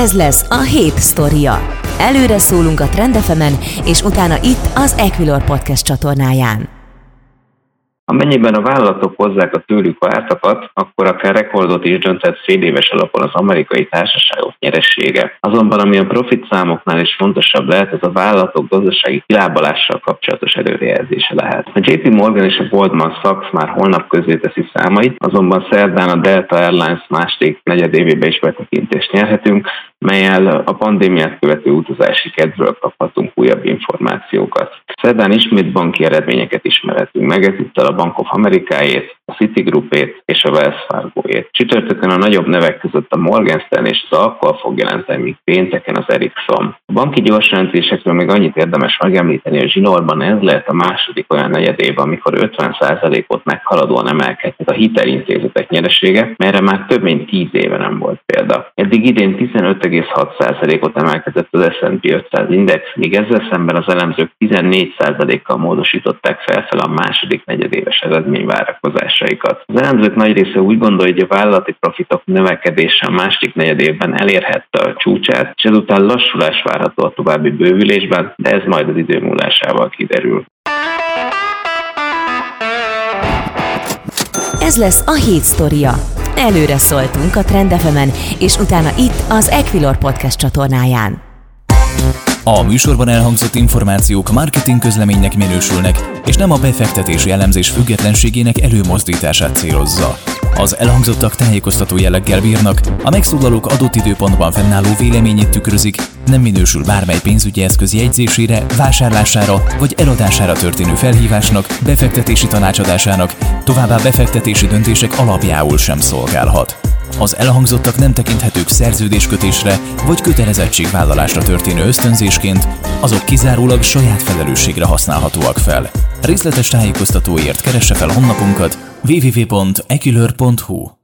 Ez lesz a hét sztoria. Előre szólunk a Trend FM-en, és utána itt az Equilor Podcast csatornáján. Amennyiben a vállalatok hozzák a tőlük vártakat, akkor akár rekordot is dönthet féléves alapon az amerikai társaságok nyeresége. Azonban ami a profit számoknál is fontosabb lehet, ez a vállalatok gazdasági kilábalással kapcsolatos előrejelzése lehet. A JP Morgan és a Goldman Sachs már holnap közzéteszi számait, azonban szerdán a Delta Airlines második negyedévébe is betekintést nyerhetünk, mellyel a pandémiát követő utazási kedvről kaphatunk újabb információkat. Szerdán ismét banki eredményeket ismerhetünk meg, ezúttal a Bank of Amerikáét, a Citigroupét és a Wells Fargoét. Csütörtökön a nagyobb nevek között a Morgan Stanley és az Accor fog jelenteni, míg pénteken az Ericsson. A banki gyorsjelentésekről még annyit érdemes megemlíteni, hogy zsinórban ez lehet a második olyan negyedév, amikor 50%-ot meghaladóan emelkedett a hitelintézetek nyeresége, melyre már több mint 10 éve nem volt példa. Eddig idén 15,6%-ot emelkedett az S&P 500 index, míg ezzel szemben az elemzők 14%-kal módosították felfel a második negyedéves eredményvárakozásaikat. Az elemzők nagy része úgy gondolja, hogy a vállalati profitok növekedése a második negyedévben elérhette a csúcsát, és ezután lassulás várható a további bővülésben, de ez majd az idő múlásával kiderül. Ez lesz a hét sztoria. Előre szóltunk a Trend FM-en, és utána itt az Equilor Podcast csatornáján. A műsorban elhangzott információk marketing közleménynek minősülnek, és nem a befektetési elemzés függetlenségének előmozdítását célozza. Az elhangzottak tájékoztató jelleggel bírnak, a megszólalók adott időpontban fennálló véleményét tükrözik, nem minősül bármely pénzügyi eszköz jegyzésére, vásárlására vagy eladására történő felhívásnak, befektetési tanácsadásának, továbbá befektetési döntések alapjául sem szolgálhat. Az elhangzottak nem tekinthetők szerződéskötésre vagy kötelezettségvállalásra történő ösztönzésként, azok kizárólag saját felelősségre használhatóak fel. Részletes tájékoztatóért keresse fel honlapunkat www.equilor.hu.